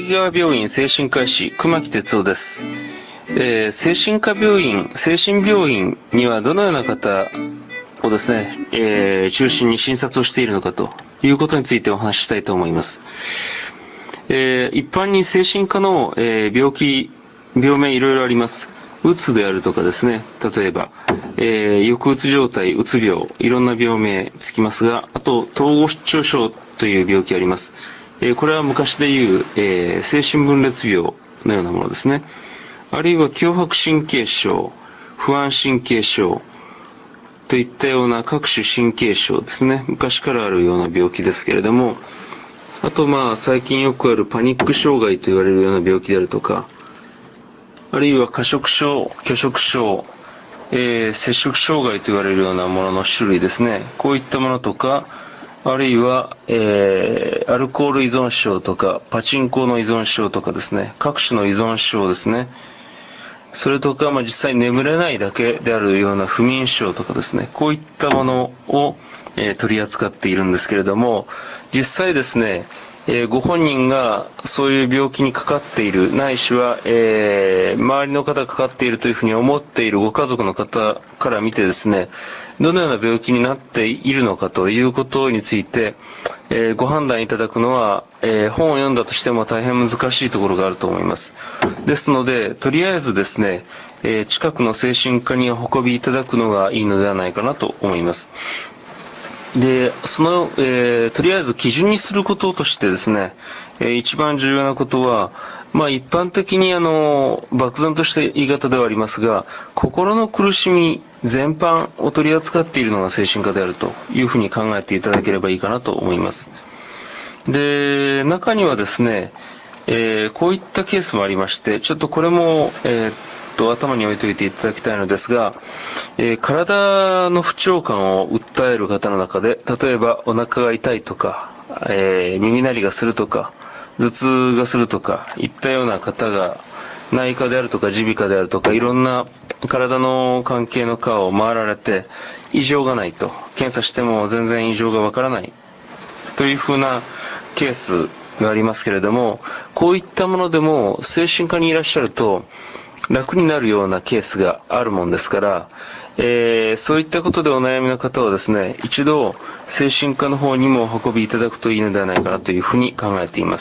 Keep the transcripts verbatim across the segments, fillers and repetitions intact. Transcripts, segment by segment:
木川病院精神科医師熊木哲夫です。えー、精神科病院、精神病院にはどのような方をですね、えー、中心に診察をしているのかということについてお話ししたいと思います。えー、一般に精神科の、えー、病気、病名いろいろあります。うつであるとかですね、例えば、えー、抑うつ状態、うつ病、いろんな病名つきますが、あと統合失調症という病気あります。えー、これは昔でいう、えー、精神分裂病のようなものですね。あるいは強迫神経症、不安神経症といったような各種神経症ですね。昔からあるような病気ですけれども、あとまあ最近よくあるパニック障害と言われるような病気であるとか、あるいは過食症、拒食症、えー、摂食障害と言われるようなものの種類ですね。こういったものとか、あるいは、えー、アルコール依存症とか、パチンコの依存症とかですね、各種の依存症ですね。それとか、まあ、実際眠れないだけであるような不眠症とかですね、こういったものを、えー、取り扱っているんですけれども、実際ですね、えー、ご本人がそういう病気にかかっている、ないしは、えー、周りの方がかかっているというふうに思っているご家族の方から見てですね、どのような病気になっているのかということについて、えー、ご判断いただくのは、えー、本を読んだとしても大変難しいところがあると思います。ですので、とりあえずですね、えー、近くの精神科にお運びいただくのがいいのではないかなと思います。で、その、えー、とりあえず基準にすることとしてですね、えー、一番重要なことは、まあ一般的にあの、漠然とした言い方ではありますが、心の苦しみ全般を取り扱っているのが精神科であるというふうに考えていただければいいかなと思います。で、中にはですね、えー、こういったケースもありまして、ちょっとこれも、えーと頭に置いておいていただきたいのですが、えー、体の不調感を訴える方の中で、例えばお腹が痛いとか、えー、耳鳴りがするとか、頭痛がするとかいったような方が内科であるとか耳鼻科であるとかいろんな体の関係の科を回られて異常がないと、検査しても全然異常がわからないというふうなケースがありますけれども、こういったものでも精神科にいらっしゃると楽になるようなケースがあるもんですから、えー、そういったことでお悩みの方はですね、一度精神科の方にもお運びいただくといいのではないかなというふうに考えています。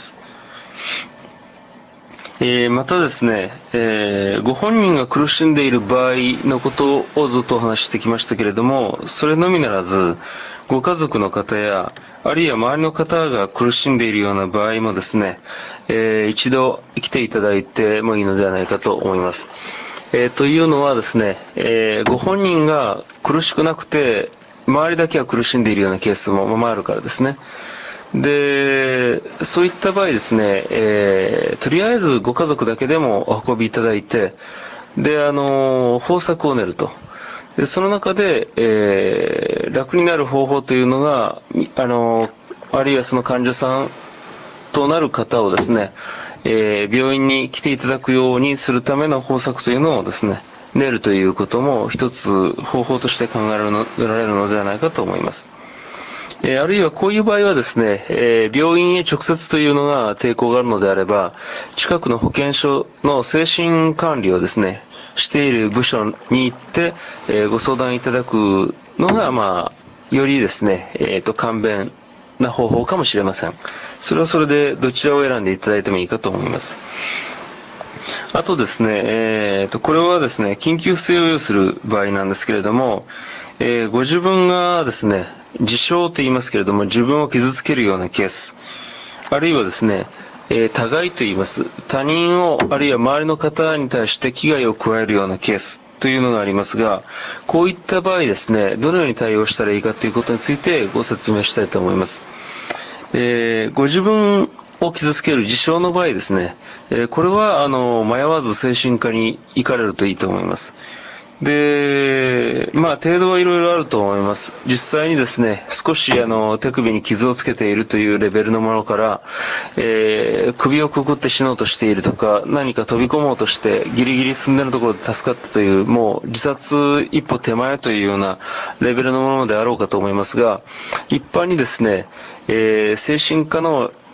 えー、またですね、えー、ご本人が苦しんでいる場合のことをずっとお話ししてきましたけれども、それのみならずご家族の方やあるいは周りの方が苦しんでいるような場合もですね、えー、一度来ていただいてもいいのではないかと思います。えー、というのはですね、えー、ご本人が苦しくなくて周りだけは苦しんでいるようなケースもまああるからですね。で、そういった場合ですね、えー、とりあえずご家族だけでもお運びいただいて、で、あの、方策を練ると。で、その中で、えー、楽になる方法というのが、あの、あるいはその患者さんとなる方をですね、えー、病院に来ていただくようにするための方策というのをですね、練るということも一つ方法として考えられるのではないかと思います。えー、あるいはこういう場合はですね、えー、病院へ直接というのが抵抗があるのであれば、近くの保健所の精神管理をですね、している部署に行って、えー、ご相談いただくのが、まあ、よりですね、えーと、簡便な方法かもしれません。それはそれでどちらを選んでいただいてもいいかと思います。あとですね、えーと、これはですね、緊急不正を要する場合なんですけれども、えー、ご自分がですね、自傷と言いますけれども、自分を傷つけるようなケース、あるいはですね、えー、他害と言います。他人を、あるいは周りの方に対して危害を加えるようなケースというのがありますが、こういった場合ですね、どのように対応したらいいかということについてご説明したいと思います。えー、ご自分を傷つける自傷の場合ですね、えー、これはあの迷わず精神科に行かれるといいと思います。で、まあ程度はいろいろあると思います。実際にですね、少しあの手首に傷をつけているというレベルのものから、えー、首をくくって死のうとしているとか、何か飛び込もうとしてギリギリ進んでのところで助かったという、もう自殺一歩手前というようなレベルのものであろうかと思いますが、一般にですね、えー、精神科の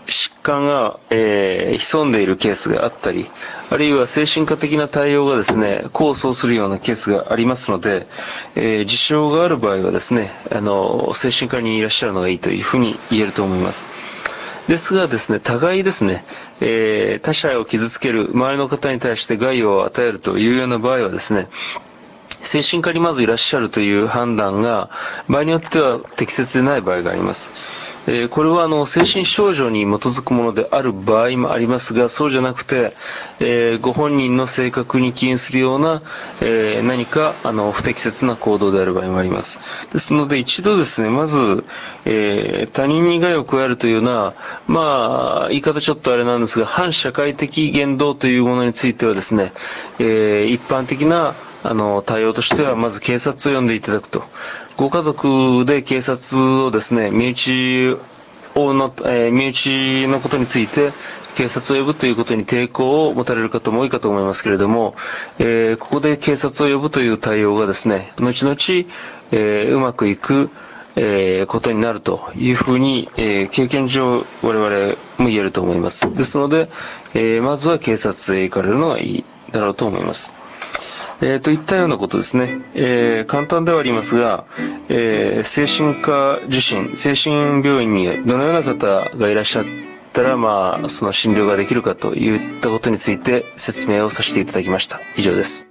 疾患が、えー、潜んでいるケースがあったり、あるいは精神科的な対応がですね、功を奏するようなケースがありますので、えー、事象がある場合はですね、あの、精神科にいらっしゃるのがいいというふうに言えると思います。ですがですね、互いですね、えー、他者を傷つける、周りの方に対して害を与えるというような場合はですね、精神科にまずいらっしゃるという判断が、場合によっては適切でない場合があります。えー、これはあの精神症状に基づくものである場合もありますが、そうじゃなくて、えー、ご本人の性格に起因するような、えー、何かあの不適切な行動である場合もあります。ですので一度ですね、まず、えー、他人に害を加えるというような、まあ言い方ちょっとあれなんですが、反社会的言動というものについてはですね、えー、一般的なあの対応としてはまず警察を呼んでいただくと。ご家族で警察をですね、身内をの、えー、身内のことについて警察を呼ぶということに抵抗を持たれる方も多いかと思いますけれども、えー、ここで警察を呼ぶという対応がですね、後々、えー、うまくいく、えー、ことになるというふうに、えー、経験上我々も言えると思います。ですので、えー、まずは警察へ行かれるのがいいだろうと思います。えー、といったようなことですね。えー、簡単ではありますが、えー、精神科受診、精神病院にどのような方がいらっしゃったら、まあ、その診療ができるかといったことについて説明をさせていただきました。以上です。